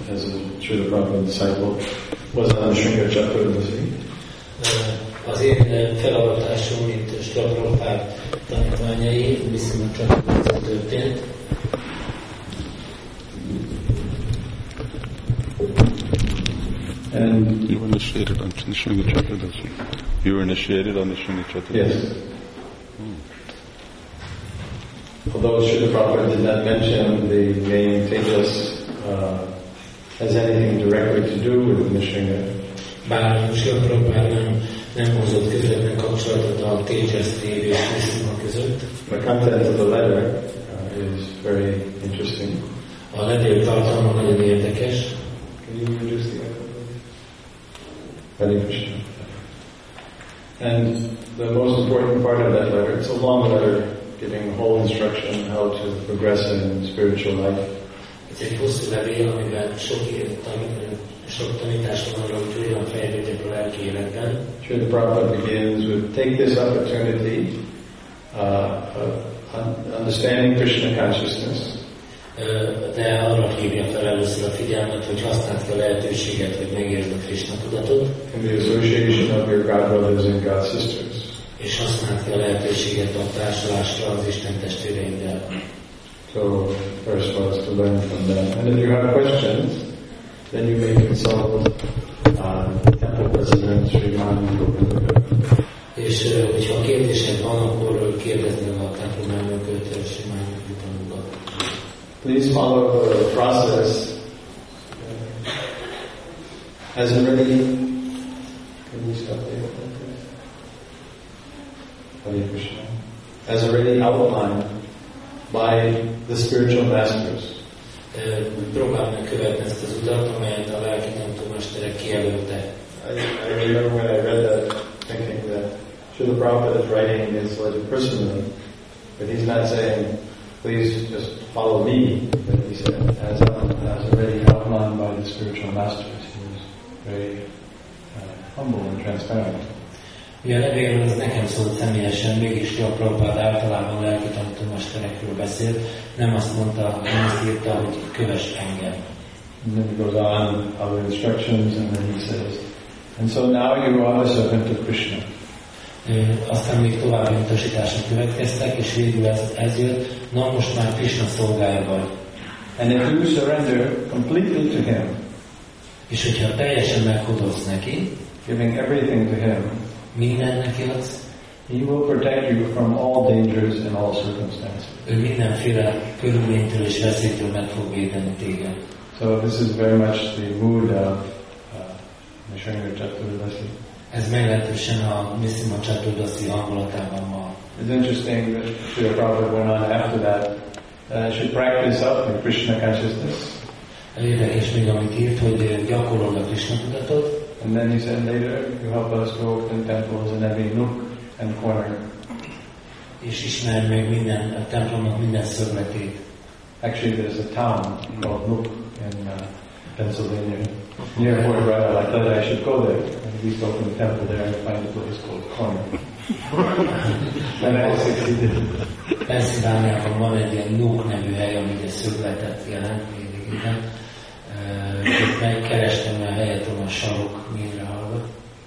as a Srila Prabhupada disciple was on Sringa Chaturdasi. Az én feladatásom, mint Srila Prabhupada tanítványai, viszont Chaturdasi történt. And you were initiated on Sringa Chaturdasi. You were initiated on the Sringa Chaturdasi. Yes. Although Srila Prabhupada did not mention the name Tejas has anything directly to do with Nisringa. Bár Srila Prabhupada nem hozott közvetlen kapcsolatot a Tejas név és Nisringa között. The content of the letter is very interesting. A levél tartalma nagyon érdekes. Can you introduce the alphabet? Hare Krishna. And the most important part of that letter, it's a long letter giving whole instruction how to progress in spiritual life. Ez egy hosszú levél, amiben sok tanítás van arra, hogy hogyan fejlődjek a lelki életben. Srila Prabhupada begins with, take this opportunity, understanding Krishna consciousness. De arra hívja fel először a figyelmet, hogy használd ki a lehetőséget, hogy megértsd a Krishna tudatot. And the association of your God brothers and God sisters. És használd ki a lehetőséget a társulásra az Isten testvéreiddel. So first was to learn from them. And if you have questions, then you may consult Temple President Sriman Govinda. És hogyha kérdésed van, akkor kérdezd meg a templomelnököt, Sriman Govinda. Please follow the process as already. Can you stop there? Hare Krishna. As already outlined by the spiritual masters. Próbáld meg követni ezt az utat, amelyet a lelki tanítómesterek kijelöltek. I remember when I read that, thinking that Srila Prabhupada is writing this letter personally, but he's not saying, please just follow me, but he said, as already outlined by the spiritual masters. He was very humble and transparent. Ugye a levélről az nekem szólt személyesen, mégis Srila Prabhupada általában lelki tanítómesterekről beszélt, nem azt mondta, nem azt írta, hogy kövess engem. And then he goes on other instructions, and then he says, and so now you are the servant of Krishna. Aztán még további utasítások következtek, és végül ez jött, na most már Krishna szolgája vagy. And if you surrender completely to him, és hogyha teljesen meghódolsz neki, giving everything to him, mindent neki adsz, he will protect you from all dangers and all circumstances. Ő mindenféle körülménytől és veszélytől meg fog védeni téged. So this is very much the mood of Sringa Chaturdasi. Ez meglehetősen a Nrisimha Chaturdasi hangulatában van. It's interesting that Srila Prabhupada went on after that. Should practice up in Krishna consciousness. Érdekes még, amit írt, hogy gyakorolod a Krishna tudatot. And then he said later, you help us go open temples in every nook and corner. És ismerd meg minden a templomnak minden szögletét. Actually, there's a town called Nook in Pennsylvania. Near Fort Riley. I thought I should go there. And we used to open the temple there and find a place called Corner. And I succeeded. Pennsylvániában van egy ilyen Nook nevű hely, ami egy szögletet jelent. Megkerestem a helyet, ahol a sarok mélyre hallgat.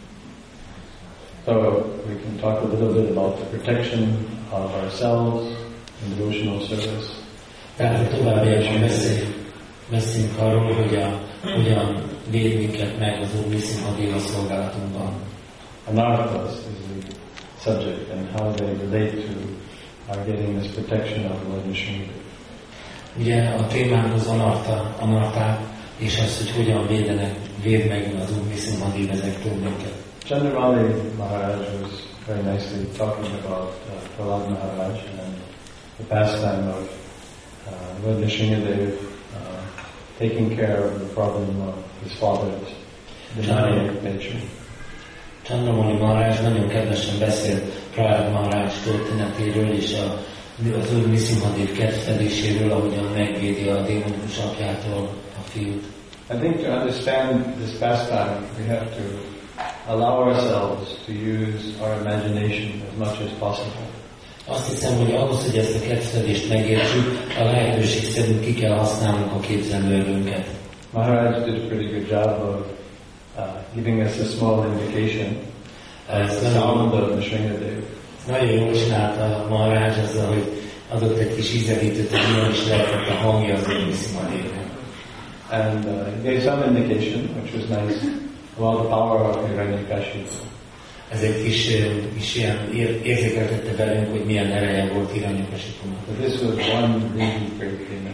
So we can talk a little bit about the protection of ourselves in devotional service. Tehát továbbiakban beszélünk arról, hogy hogyan véd minket meg az Úr Nrisimha Deva szolgálatunkban. Anarthas is the subject and how they relate to our getting this protection of Lord Nrisimha. Ugye a témánk az anarták, és az, hogy hogyan véd meg az Úr Nrisimha Deva ezektől minket. Chandramali Maharaj was very nicely talking about Prahlad Maharaj and the pastime of Lord Nrisimhadev taking care of the problem of his father's demoniac nature. Chandramali Maharaj nagyon kedvesen beszélt Prahlad Maharaj történetéről és az Úr Nrisimhadev kedvfedéséről, ahogyan megvédi a démonikus apjától a fiút. I think to understand this pastime, we have to allow ourselves to use our imagination as much as possible. Azt hiszem, hogy ahhoz, hogy ezt a kedvfedést megértsük, a lehetőség szerint ki kell használnunk a képzelőerőnket. Maharaj did a pretty good job of giving us a small indication of the sound of Nrsingadev. Nagyon jól csinálta Maharaj azzal, hogy adott egy kis ízelítőt, hogy milyen is lehetett a hangja az Úr Nrisimhadevnek. And he gave some indication, which was nice, about the power of Hiranyakashipu. Ez egy kis ilyen érzékeltette velünk, hogy milyen ereje volt Hiranyakasipunak. But this was one really great demon.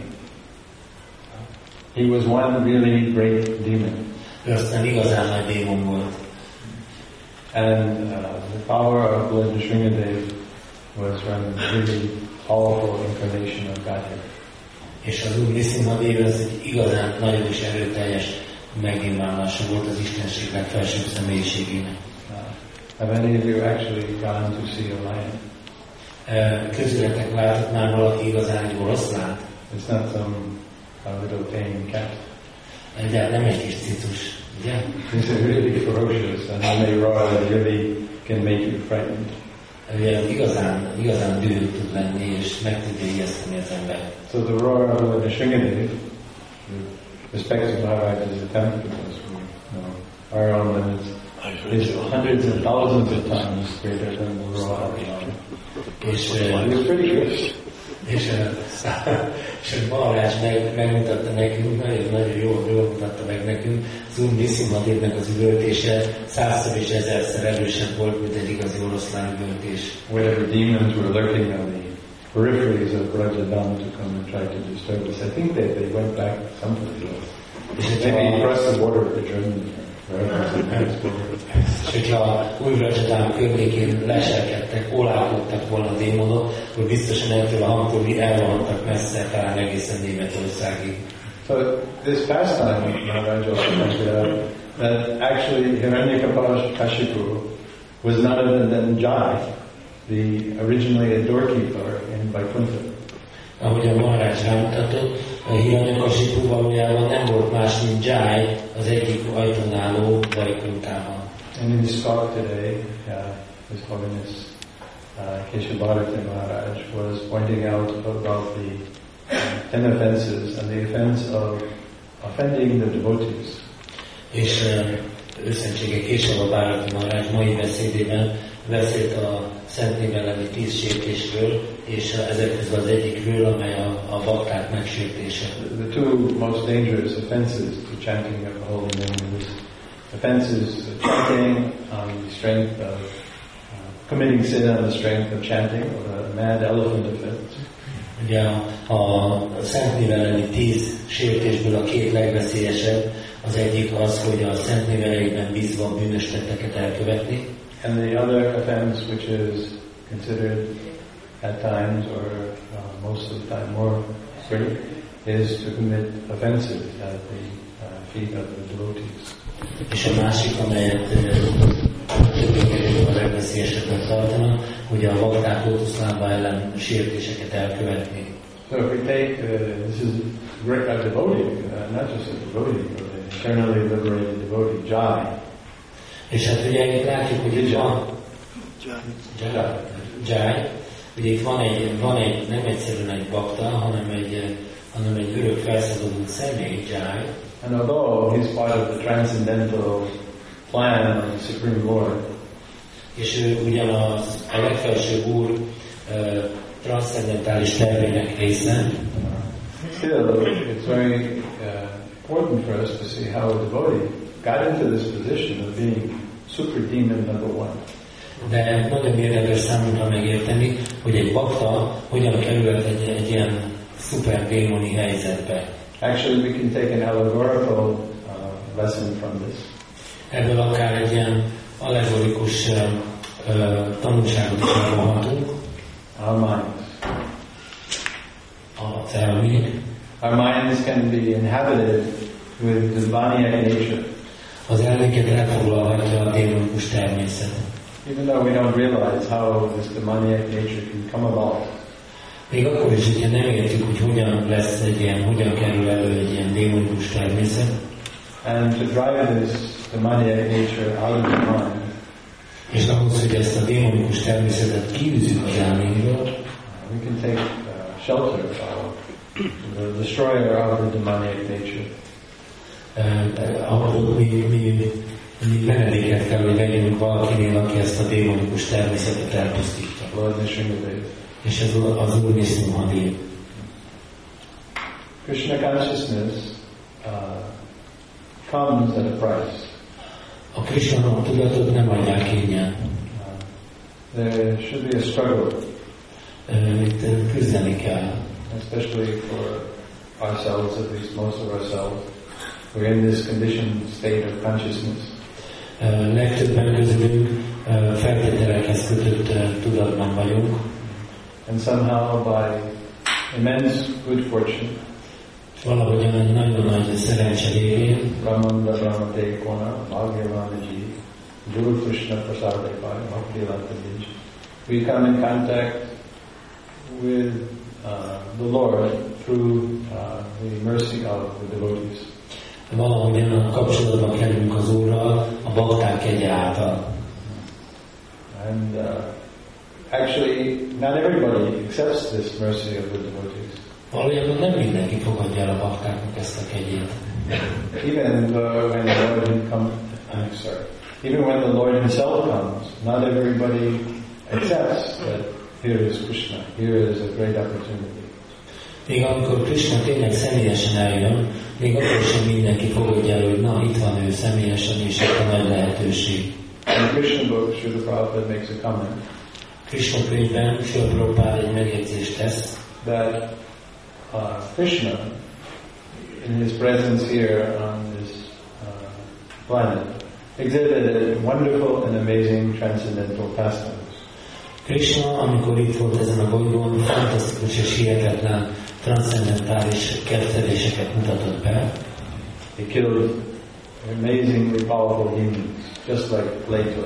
He was one really great demon. Ő aztán igazán nagy démon volt. And the power of Lord Nrsingadev was one really powerful incarnation of Godhead. És az Úr Nrisimhadev az egy igazán nagyon és erőteljes megnyilvánulása volt az Istenség legfelsőbb személyiségének. Have any of you actually gone to see a lion? Közületek látott már valaki igazán egy oroszlánt? It's not some little tame cat. De nem egy kis cicus, ugye? These are really ferocious, and when they roar, they really can make you frightened. Ugye igazán dühös tud lenni, és meg tudja ijeszteni az ember. So the roar of Lord Nrsingadev, respects Maharaj as a temple, because our own limits, is hundreds and thousands of times greater than the roar of the lion. És It's pretty good. És Maharaj megmutatta nekünk, nagyon jól mutatta meg nekünk, az Úr Nrisimhadevnek az üvöltése 100-szor és 1000-szer erősebb volt, mint egy igazi oroszlán üvöltés. Whatever demons were lurking on the peripheries of Brajadam to come and try to disturb us, I think they went back someplace else. Maybe across the border to Germany. És hogyha új Brajadam környékén leselkedtek, olálkodtak volna a démonok, akkor biztosan ettől a hangtól elrohantak messze, talán egészen Németországig. So this pastime, Maharaj also pointed out that actually Hiranyakashipu was none other than Jai, originally a doorkeeper in Vaikuntha. Ahogy a Maharaj rámutatott, a Hiranyakasipu valójában nem volt más, mint Jai, az egyik ajtón álló Vaikuntában. And in his talk today, His Holiness Kesha Bharati Maharaj was pointing out about the 10 offenses and the offense of offending the devotees. És őszentsége Kesha Bharati Maharaj mai beszédében beszélt a Szent Név elleni 10 sértésről, és ezek közül az egyikről, amely a bakták megsértése. The two most dangerous offenses to chanting of the holy name is offenses chanting on the strength of committing sin on the strength of chanting, or the mad elephant offense. Ugye a Szent Név elleni 10 sértésből a két legveszélyesebb, az egyik az, hogy a Szent Név erejében bízva bűnös tetteket elkövetni. And the other offense, which is considered at times, or most of the time more great, is to commit offenses at the feet of the devotees. És a másik, amelyet többé-kevésbé a legveszélyesebbnek tartanak, hogy a bakták lótuszlába ellen sértéseket elkövetni. So if we take, this is a devotee, not just a devotee, but an eternally liberated devotee, Jai. És hát ugye itt látjuk, hogy itt van Jai, ugye itt van egy nem egyszerűen egy bakta, hanem egy örök felszabadult személy, Jai. And although he's part of the transcendental plan of the Supreme Lord, és ő ugyanaz a legfelsőbb úr transzcendentális tervének része, still it's very important for us to see how a devotee got into this position of being super demon number one. De nagyon érdekes számunkra megérteni, hogy egy bakta hogyan kerülhet egy ilyen szuper démoni helyzetbe. Actually, we can take an allegorical lesson from this. Ebből akár egy ilyen allegorikus tanulságot is megvonhatunk. Our minds. Az elménk. Our minds can be inhabited with the demoniac nature. Az elménket elfoglalhatja a démonikus természet. Even though we don't realize how this demoniac nature can come about. Még akkor is, hogyha nem értjük, hogy hogyan kerül elő egy ilyen démonikus természet. And to drive this demoniac nature out of the mind, és ahhoz, hogy ezt a démonikus természetet kiűzzük az elménkből, we can take shelter of the destroyer of the demoniac nature. Mi menedéket kell, hogy vegyünk valakinél, aki ezt a démonikus természetet elpusztítja. Lord Nrsimhadev. És ez az Úr Nrsimhadev. Krishna consciousness comes at a price. A Krishna tudatot nem adják ingyen. There should be a struggle. Itt küzdeni kell. Especially for ourselves, at least most of ourselves. We're in this conditioned state of consciousness. Legtöbben közülünk feltételekhez kötött tudatban vagyunk. And somehow by immense good fortune, valahogyan egy nagyon nagy szerencse révén, Brahmanda Brahmate Kona, Bhagavanaji, Guru Krishna Prasadaipai, Bhakti-Lantadij, we come in contact with the Lord through the mercy of the devotees. Valahogyan kapcsolatban kerülünk az Úrral a bakták kegye által. And actually, not everybody accepts this mercy of the devotees. Valójában nem mindenki fogadja el a baktáknak ezt a kegyét. Even when the Lord comes, even when the Lord Himself comes, not everybody accepts that here is Krishna, here is a great opportunity. Még amikor Krishna tényleg személyesen eljön, még akkor sem mindenki fogadja el, hogy na, itt van ő személyesen, és itt a nagy lehetőség. In the Krishna book, Srila Prabhupada makes a comment. Krishna könyvben Srila Prabhupada egy megjegyzést tesz, that Krishna, in his presence here on this planet, exhibited wonderful and amazing transcendental pastimes. Krishna, amikor itt volt ezen a bolygón, fantasztikus és hihetetlen transzcendentális kedveléseket mutatott be. He killed amazingly powerful demons, just like Plato.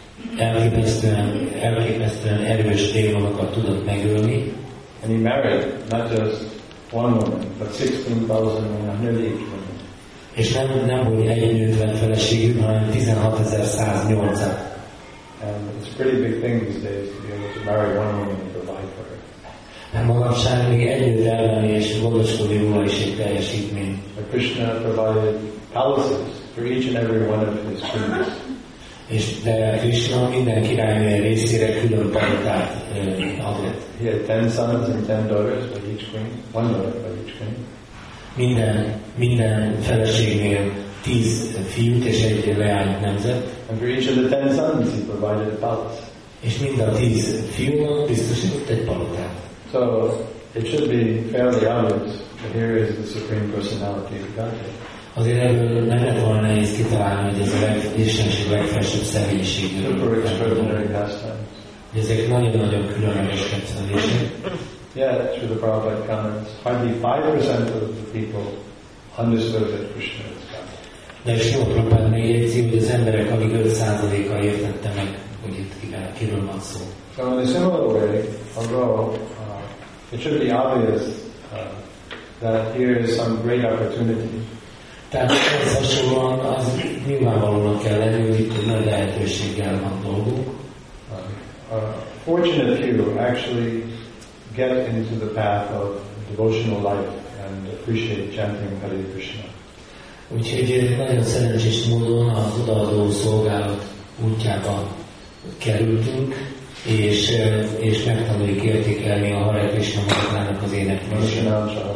Elképesztően erős démonokat tudott megölni. And he married not just one woman, but 16,108 women. És nem volt egy nőt vett feleségül, hanem 16.108-at. And it's a pretty big thing these days to be able to marry one woman and provide for her. Manapság még egy nőt elvenni és gondoskodni róla is egy teljesítmény. But Krishna provided palaces for each and every one of his queens. De Krishna minden királynő részére külön palotát adott. He had 10 sons and 10 daughters by each queen, one daughter by each queen. Minden feleségnél 10 fiút és egy leányt nemzett. And for each of the 10 sons he provided a palace. És mind a 10 fiúnak biztosított egy palotát. So it should be fairly obvious that here is the Supreme Personality of Godhead. Azért ebből nem lett volna nehéz kitalálni, hogy ez a Istenség legfelsőbb személyiségű. Super extraordinary pastimes. Ezek nagyon-nagyon különleges kedvelések. Yeah, Srila Prabhupada comments, hardly 5% of the people understood that Krishna is God. De Srila Prabhupada megjegyzi, hogy az emberek alig 5%-a értette meg, hogy itt kiről van szó. So in a similar way, although it should be obvious that here is some great opportunity. Tehát ez hasonlóan az nyilvánvalóan kell lenni, hogy itt nagy lehetőséggel van dolgunk. Fortunate few actually get into the path of devotional life and appreciate chanting Hare Krishna. Úgyhogy nagyon szerencsés módon az odaadó szolgálat útjába kerültünk, és megtanuljuk értékelni a Hare Krishna mantrának az éneklését.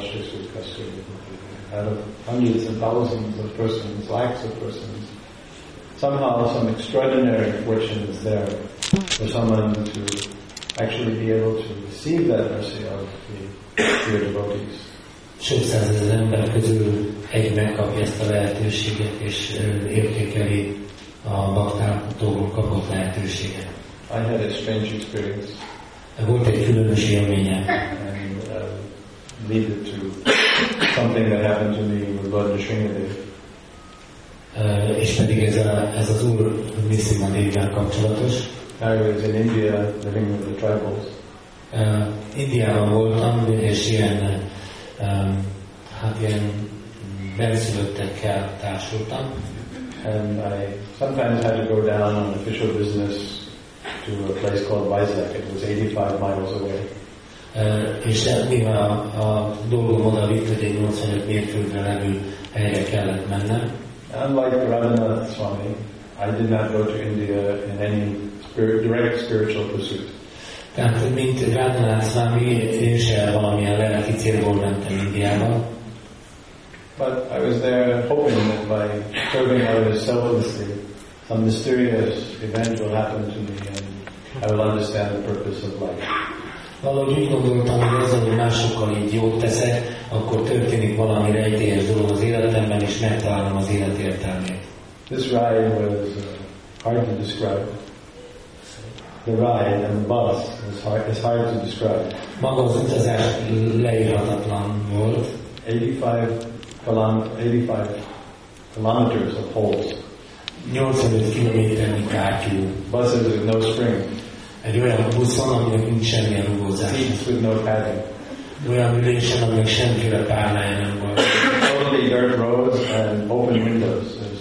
Out of hundreds and thousands of persons, lakhs of persons, somehow some extraordinary fortune is there for someone to actually be able to receive that mercy of the pure devotees. Sok százezer ember közül egy megkapja ezt a lehetőséget, és értékeli a baktáktól kapott lehetőséget. I had a strange experience. Volt egy különös élményem. And leaded to something that happened to me with Lord Nrsimhadev. És pedig ez az Úr Nrsimhadevvel kapcsolatos. I was in India living with the tribals. Indiában voltam, és ilyen benszülöttekkel társultam. And I sometimes had to go down on official business to a place called Vizag. It was 85 miles away. És mivel a dolgom oda vitt, hogy egy 85 mérföldre levő helyre kellett mennem. Unlike Radhanath Swami, I did not go to India in any direct spiritual pursuit. Tehát, mint Radhanath Swami, én sem valamilyen lelki célból mentem Indiába. But I was there hoping that by serving others selflessly, some mysterious event will happen to me and I will understand the purpose of life. Valahogy úgy gondoltam, hogy azzal, hogy másokkal így jót teszek, akkor történik valami rejtélyes dolog az életemben, és megtalálom az élet értelmét. This ride was hard to describe. The ride and the bus is hard to describe. Maga az utazás leírhatatlan volt. 85 kilometers of holes. 85 kilométernyi kátyú. Buses with no spring. Egy olyan buszon, aminek nincs semmilyen rugózás. Seats with no padding. Olyan ülésen, aminek semmiféle párnája nem volt. Totally dirt roads and open windows.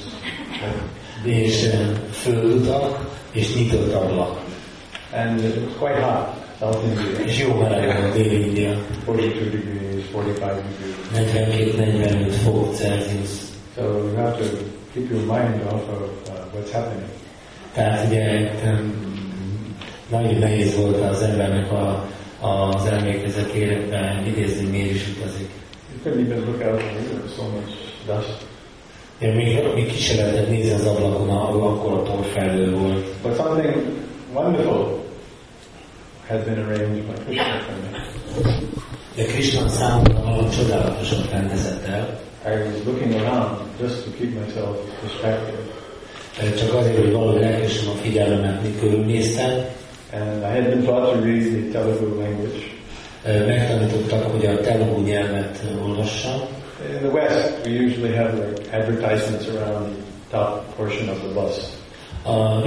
És földutak, és nyitott ablak. And it's quite hot, South India. És jó meleg volt Dél-India. 42 degrees, 45 degrees. 42-45 fok Celsius. So you have to keep your mind off of what's happening. Tehát ugye nagyon nehéz volt az embernek az emlékezetében idézni, miért is utazik. You couldn't even look out the window, so much dust. Még ki sem lehetett nézni az ablakon, ahol akkor a porfelhő volt. But something wonderful had been arranged by Krishna for me. De Krishna számomra valami csodálatosat rendezett el. I was looking around just to keep myself distracted. Csak azért, hogy valahogy elkössem a figyelmemet, míg körülnéztem. And I had been taught to read the Telugu language. Megtanítottak, hogy a telugu nyelvet olvassam. In the West, we usually have like advertisements around the top portion of the bus. A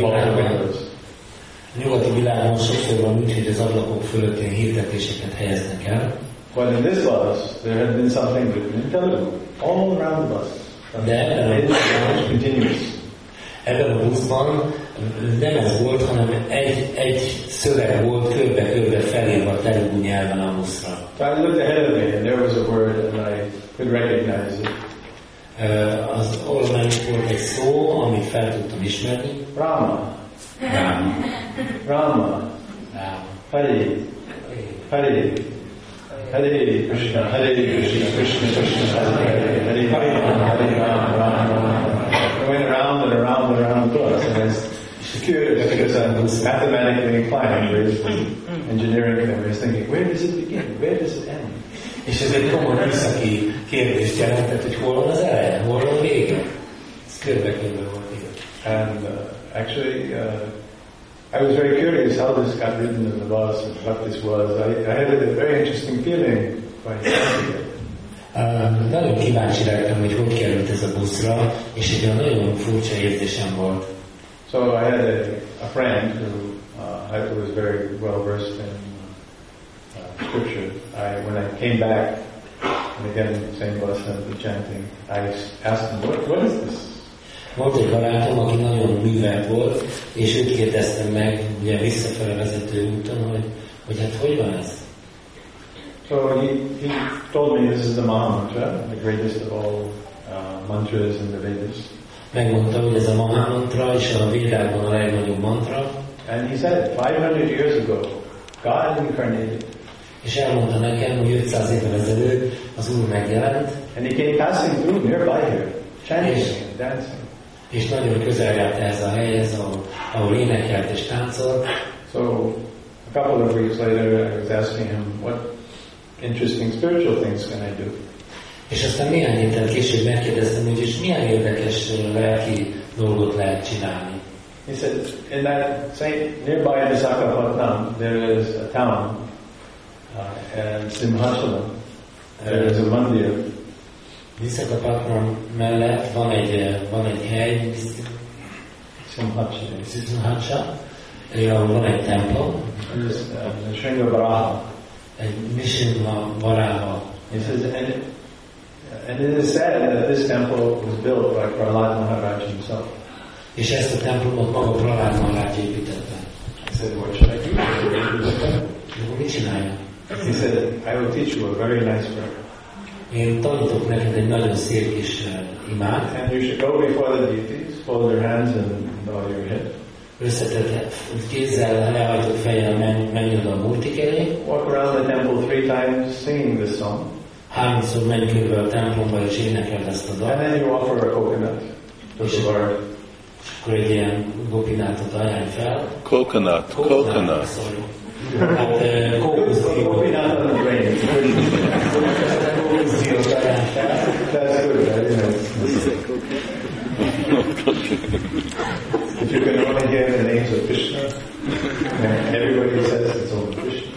nyugati világon sokszor van úgy, hogy az ablakok fölött ilyen hirdetéseket helyeznek el. But in this bus, there had been something written in Telugu all around the bus. From Ebben a buszban nem ez volt, hanem egy szöveg volt körbe-körbe felírva a telugu nyelven a buszra. So I looked ahead of me and there was a word and I could recognize it. Az orromban volt egy szó, amit fel tudtam ismerni. Rama. Rama. Rama. Hare. Hare. Hare Krishna, Hare Krishna, Krishna Krishna, Hare Hare, Hare Rama, Hare Rama, Rama Rama. I went around and around and around the bus, and I was curious because I was mathematically inclined. Whereas the engineering thing, I was thinking, where does it begin? Where does it end? És ez egy komoly visszaki kérdést jelentett, hogy hol van az eleje, hol van a vége. Ez körbe-körbe volt írva. And actually, I was very curious how this got written in the bus and what this was. I had a very interesting feeling by finding it. Nagyon kíváncsi lettem, hogy került ez a buszra, és egy olyan nagyon furcsa érzésem volt. So I had a friend who was very well versed in scripture. When I came back, and again, same bus and the chanting, I asked him, what is this? Volt egy barátom, aki nagyon művelt volt, és őt kérdeztem meg, ugye visszafele vezető úton, hogy hát hogy van ez? So he told me this is the Maha Mantra, the greatest of all mantras in the Vedas. Megmondta, hogy ez a Maha Mantra, és a Védákban a legnagyobb mantra. And he said, 500 years ago, God incarnated. És elmondta nekem, hogy 500 évvel ezelőtt az Úr megjelent. And he came passing through nearby here, chanting and dancing. És nagyon közel járt ez a helyhez, ahol énekelt és táncol. So a couple of weeks later, I was asking him, what interesting spiritual things can I do? És aztán néhány héttel később megkérdeztem, hogy és milyen érdekes lelki dolgot lehet csinálni. He said, in that same nearby Visakhapatnam, there is a town, and Simhachalam. There is a mandir. Visakhapatnam mellett van egy hely, Simhachalam, ahol van egy templom, Sringavaraha. egy Nishinvaraha. He says, and it is said that this temple was built by Prahlad Maharaj himself. És ezt a templomot maga Prahlad Maharaj építette. I said, what should I do? Mit csinálja? He said, I will teach you a very nice prayer. Én tanítok neked egy nagyon szép kis imát. And you should go before the deities, fold your hands and bow your head. Összetett kézzel, lehajtott fejjel menj oda a múltik elé. Walk around the temple 3 times singing this song. 3-szor menj körbe a templomba és énekeld ezt a And dalt. then you offer a coconut to the Lord. Akkor egy ilyen gopinátot ajánl fel. Coconut. Sorry. Hát kókuszdiót. Coconut on the brain. Kókuszdiót ajánl fel. That's good, isn't it? If you can only hear the names of Krishna, and everybody says it's all Krishna.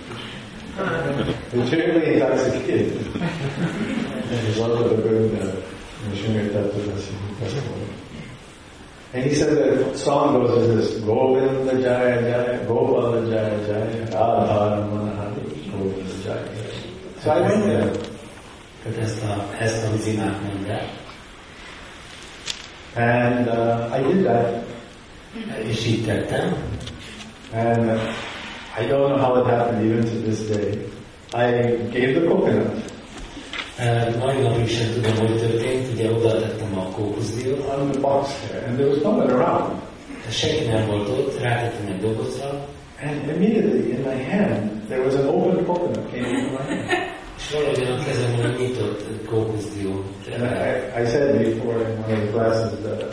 It's really intoxicated. There's a lot of the good Srimad Tattva. And he said the song goes as this: Govinda Jaya Jaya, Gopala Jaya Jaya, Radha Manahari, Govinda Jaya Jaya. So I went there. Tehát ezt a vizimát mondják. And I did that. És így tettem. And I don't know how it happened even to this day. I gave the coconut. Mai napig sem tudom, hogy történt, ugye oda tettem a kókuszdiót. On the box there, and there was no one around. Senki nem volt ott, rátettem egy dobozra. And immediately in my hand, there was an open coconut came into my hand. És valahogyan a kezemben nyitott kókuszdió. And I said before in one of the classes that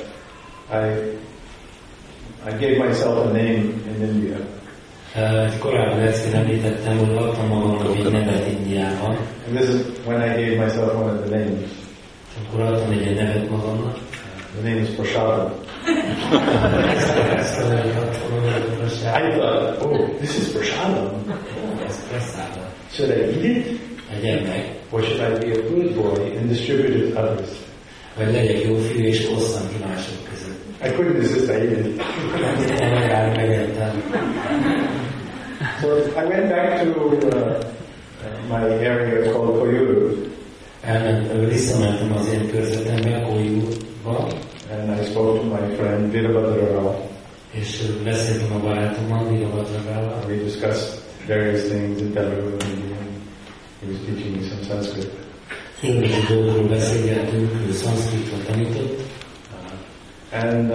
I gave myself a name in India. Korábban egyszer említettem, hogy adtam magamnak egy nevet Indiában. And this is when I gave myself one of the names. Akkor adtam egy nevet magamnak. The name is Prashadam. Ezt a nevet adtam magamnak Prashadam. I thought, oh, this is Prashadam. Ez Prashadam. Should I eat it? Egyen meg. Or should I be a good boy and distribute it to others? Vagy legyek jó fiú és osszam ki mások között. I couldn't resist, I ate it. Én megettem. So I went back to my area called Koyuru. Visszamentem az én körzetembe, Koyuba. And I spoke to my friend Virabhadra Rao. És beszéltem a barátommal, Virabhadra Rao. We discussed various things in Telugu and Hindi, and he was teaching me some Sanskrit. Különböző dolgokról beszélgettünk, ő szanszkritot tanított. And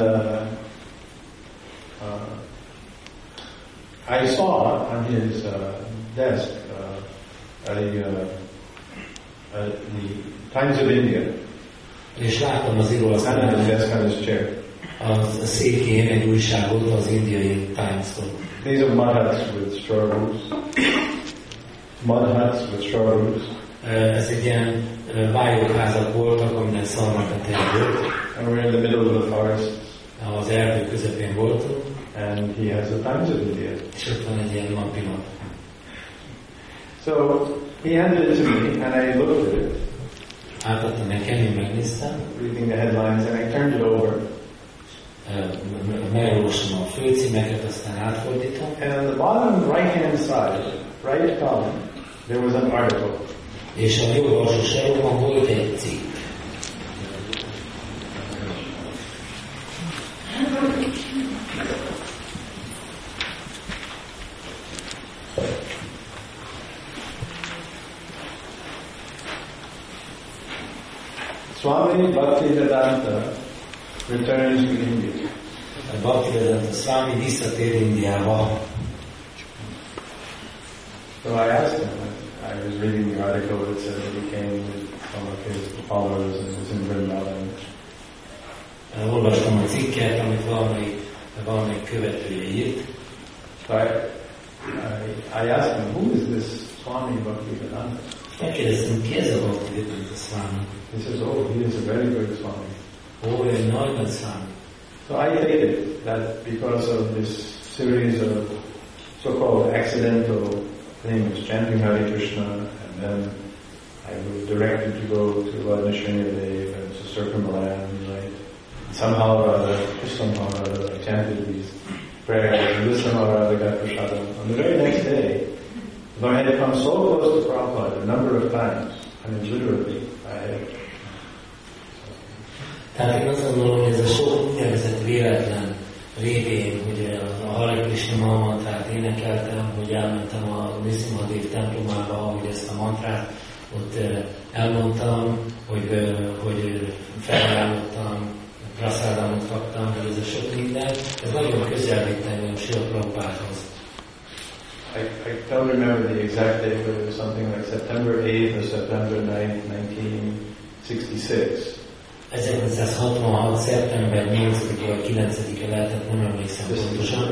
I saw on his desk the Times of India. És láttam az Not on his íróasztalán desk, on his chair. a székén egy újságot az indiai Times-tól. These are mud huts with straw roofs. Mud huts with straw roofs. Ez egy ilyen vályokházak voltak, aminek szalmakat volt. And we're in the middle of the forest. Az erdő közepén voltunk. And he has the Times of India. És ott van egy ilyen napilap. So he handed it to me, and I looked at it, Átadta nekem, én megnéztem. reading the headlines, and I turned it over. Megolvasom a főcímeket, aztán átfordítom. And on the bottom right-hand side, right column, there was an article. És a jobb alsó sarokban volt egy cikk. Swami Bhaktivedanta returns to India. Bhaktivedanta Swami visszatér Indiába. So I asked him, I was reading the article that said that he came with some of his followers and was in Vrindavan. Olvastam a cikket, amit valamelyik követője írt. So I asked him, who is this Swami Bhaktivedanta? Megkérdeztem, ki ez a Bhaktivedanta Swami? He says, oh, he is a very good Swami. Ó, egy nagy Swami. So I take it that because of this series of so-called accidental things, chanting Hare Krishna, and then I was directed to go to Lord Nrsimhadev and to circumland, right? Somehow or other, somehow or other, I chanted these prayers, and this somehow or other got Prashadam. On the very next day, though I had come so close to Prabhupada a number of times, I mean literally, I had. Tehát én azt gondolom, hogy ez a sok úgynevezett véletlen révén, hogy a Hare Krishna mantrát énekeltem, hogy elmentem a Nrsimhadev templomába, hogy ezt a mantrát ott elmondtam, hogy felajánlottam, praszádámot kaptam, hogy ez a sok minden. Ez nagyon közel vitt engem Srila Prabhupádhoz. I don't remember the exact date, but it was something like September 8th or September 9th, 1966. 1966. szeptember 8-a vagy 9-e lehetett, nem emlékszem pontosan.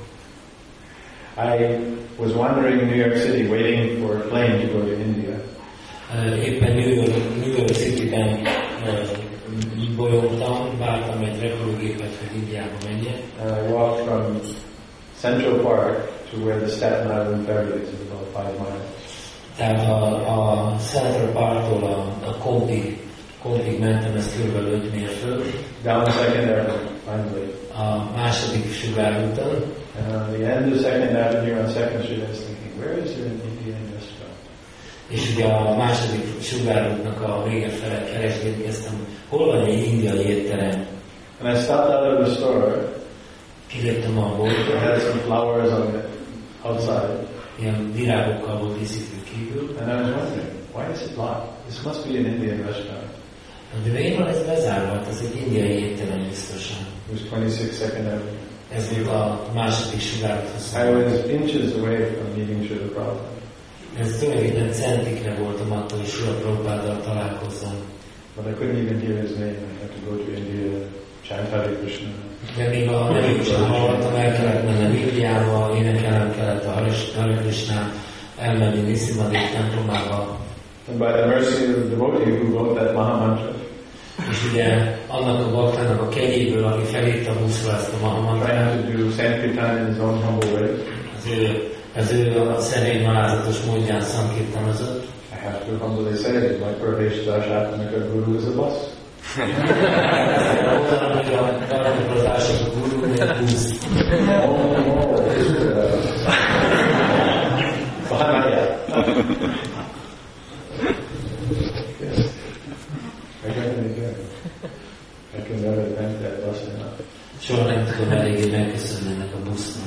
I was wandering in New York City waiting for a plane to go to India. Éppen New York City-ben bolyogtam, vártam egy repülőgépet, hogy Indiába menjek. And I walked from Central Park to where the Staten Island ferry is, about 5 miles. Tehát a Central Parktól a Compig mentem, ez kb. 5 mérföld. Down Second Avenue, finally. A második sugárúton. And on the end of Second Avenue on Second Street, I was thinking, where is there an Indian restaurant? És ugye a második sugárútnak a vége felett keresgélkeztem, hol van egy indiai étterem. And I stopped out of the store. Kiléptem a It boltba. had some flowers on the outside. Ilyen virágokkal volt díszítő kívül. And I was wondering, why is it locked? This must be an Indian restaurant. De miért van ez bezárva? Ez egy indiai étterem biztosan. It was 26 Second Avenue. Ez volt a második sugárúthoz. I was inches away from meeting Srila Prabhupada. Ez tulajdonképpen centikre voltam attól, hogy Srila Prabhupáddal találkozzam. But I couldn't even hear his name. I had to go to India, chant Hare Krishna. De még a nevét sem hallottam, el kellett mennem Indiába, énekelnem kellett a Hare Krishnát, elmenni Niszimadév templomába. And by the mercy of the devotee who wrote that Mahamantra, És ugye annak a baktának a kegyéből, aki felírta 20-ra ezt a Mahamantrát, trying to do Sankirtan in his own humble way, az ő a szerény alázatos módján szankirtanozott. I have to humbly say that my Pravesh Dashatmaka Guru is a boss. Mondanom, hogy a tanítatások a guru, mint 20. Bahanaya. I can never thank that bus enough. Soha nem tudom eléggé megköszönni ennek a busznak.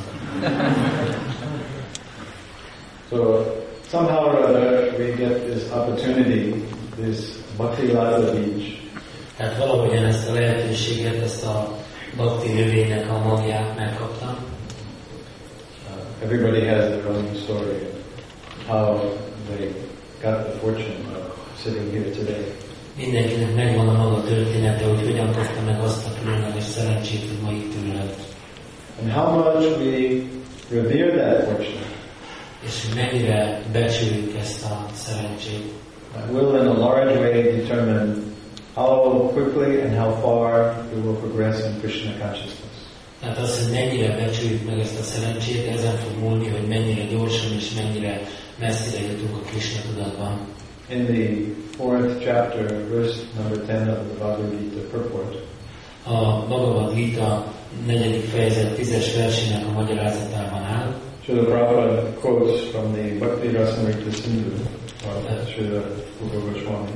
So somehow or other we get this opportunity, this Bhakti Lata Beach. Tehát valahogyan ezt a lehetőséget, ezt a Bhakti növénynek a magját megkaptam. Everybody has their own story, how they got the fortune of sitting here today. Mindenkinek megvan a maga története, hogy hogyan kapta meg azt a különleges szerencsét, hogy ma itt ülhet. And how much we revere that fortune És hogy mennyire becsüljük ezt a szerencsét. will in a large way determine how quickly and how far we will progress in Krishna consciousness. Tehát az, hogy mennyire becsüljük meg ezt a szerencsét, ezen fog múlni, hogy mennyire gyorsan és mennyire messzire jutunk a Krishna tudatban. In the 4th chapter, verse number 10 of the Bhagavad Gita purport, A Bhagavad Gita 4. fejezet 10-es versének a magyarázatában áll. Srila Prabhupada quotes from the Bhakti Rasamrita Sindhu of Srila Rupa Goswami.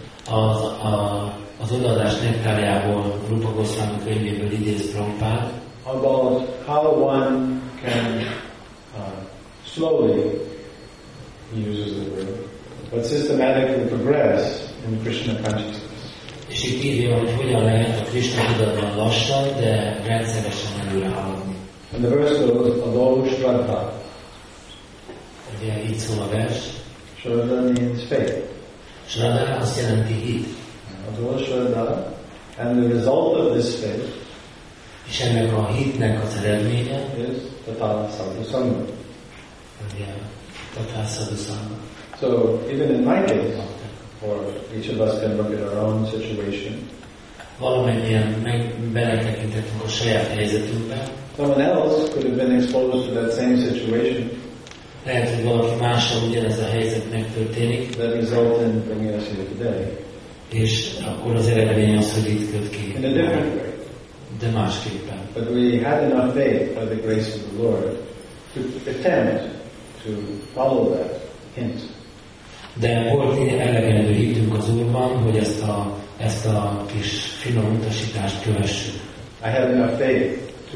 Az odaadás nektárjából, Rupa Goswami könyvéből idéz Prabhupád, about how one can slowly, he uses the word, but systematically progress in Krishna consciousness. és itt írja, hogy hogyan lehet a Krishna tudatban lassan, de rendszeresen előre haladni. And the verse goes, Ado Shraddha. Ugye így szól a vers. Shraddha means faith. Shraddha azt jelenti hit. Ado Shraddha. And the result of this faith És ennek a hitnek az eredménye, is Tata Sadhu Sangha. ugye, Tatá Sadhu Sangha. So even in my case, or each of us can look at our own situation, Valamennyien beletekintettünk a saját helyzetünkbe. someone else could have been exposed to that same situation Lehet, hogy valaki mással ugyanez a helyzet megtörténik, that result in bringing us here today és akkor az eredmény az, hogy itt köt ki. in a different way. De másképpen. But we had enough faith by the grace of the Lord to attempt to follow that hint. De volt elegendő hitünk az Úrban, hogy ezt a kis finom utasítást kövessük. I had enough faith to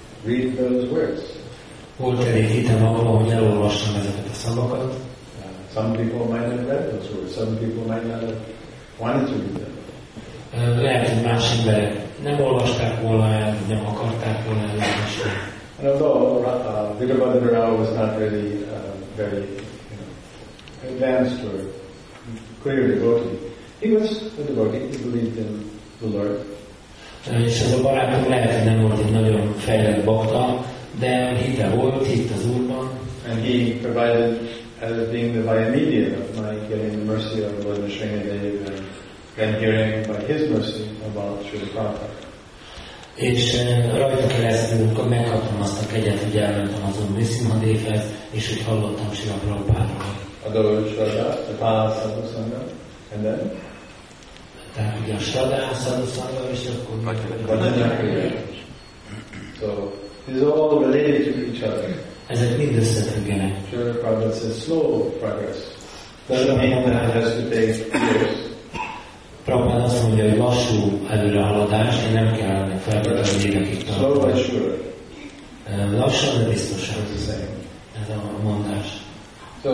read those words. Volt elég hitem abban, hogy elolvassam ezeket a szavakat. Some people might have read those words. Some people might not have wanted to read them. Lehet, hogy más emberek nem olvasták volna el, nem akarták volna elolvasni. And although Virabhadra Rao was not really very advanced or clear devotee, he was a devotee. He believed in the Lord. És ez a barátom lehet, hogy nem volt egy nagyon fejlett bakta, de hite volt, hitt az Úrban. And he provided as being the via medium of my getting the mercy of Lord Nrsimhadev and then hearing by his mercy about Srila Prabhupada. És rajta keresztül megkaptam azt a kegyet, hogy elmentem az Úr Nrsimhadevhez, és hogy hallottam Srila Prabhupádról. Adó Shraddha, Tapá, Sadhusanga, and then? Tehát ugye a Shraddha, Sadhusanga, és akkor Vajrana Kriya. So, these are all related to each other. ezek mind összefüggenek. Srila Prabhupada says slow progress. Doesn't mean that it has to take years. Prabhupád azt mondja, hogy lassú előrehaladás, de nem kell ennek feltétlenül évekig Slow but tartani. sure. Lassan, de biztosan. That's the same. Ez a mondás. So,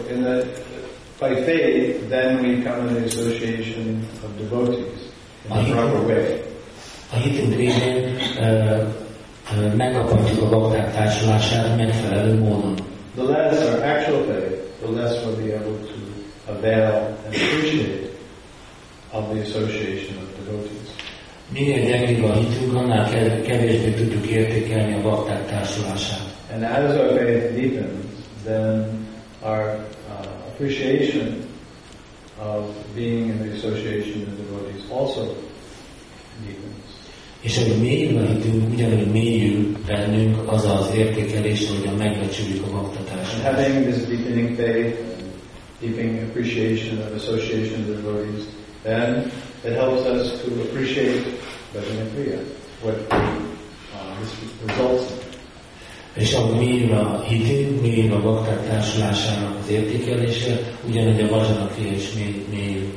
by faith, then we come in the association of devotees in the proper way. A hitünk révén megkaphatjuk a bakták társulását megfelelő módon. The less our actual faith, the less we'll be able to avail and appreciate of the association of devotees. Minél gyengébb a hitünk, annál kevésbé tudjuk értékelni a bakták társulását. And as our faith deepens, then our appreciation of being in the association of devotees also deepens. És ahogy mélyül a hitünk, ugyanúgy mélyül bennünk az az értékelés, hogyan megbecsüljük a baktatását. And having this deepening faith and deepening appreciation of association of devotees, then it helps us to appreciate Bhajana Kriya, what this results in. És ahogy mélyül a hitünk, mélyül a bakták társulásának az értékelése, ugyanúgy a Bhajana Kriya is mélyül.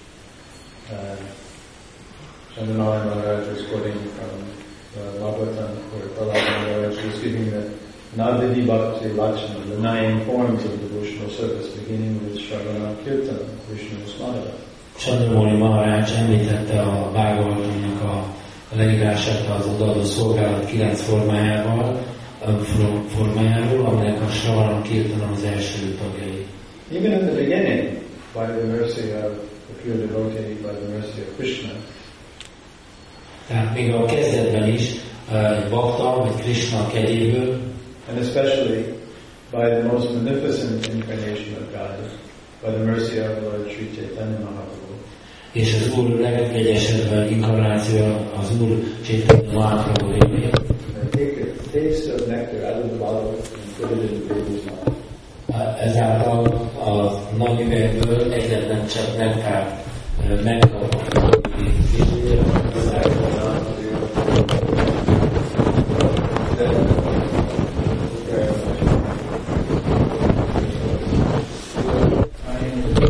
Chandanala Maharaj was quoting from Bhagavatam, where Prahlad Maharaj was giving the Navidi Bhakti Lakshana, the 9 forms of devotional service, beginning with Shravana Kirtan, Vishnu Smarana. Chandanala Maharaj említette a Bhagavatamnak a leírását az odaadó szolgálat 9 formájáról, aminek a Shravana Kirtanam az első tagjai. Even in the beginning, by the mercy of the pure devotee, by the mercy of Krishna, tehát még a kezdetben is egy bakta, vagy Krishna kegyéből, and especially by the most magnificent incarnation of God, by the mercy of Lord Sri Chaitanya Mahaprabhu. És az Úr legkegyesebb inkarnáció az Úr Chaitanya Mahaprabhu révén. Take a taste of nectar out of the bottle and put it in the baby's mouth. Ezáltal a nagy üvegből egyetlen csak nektárt megkapott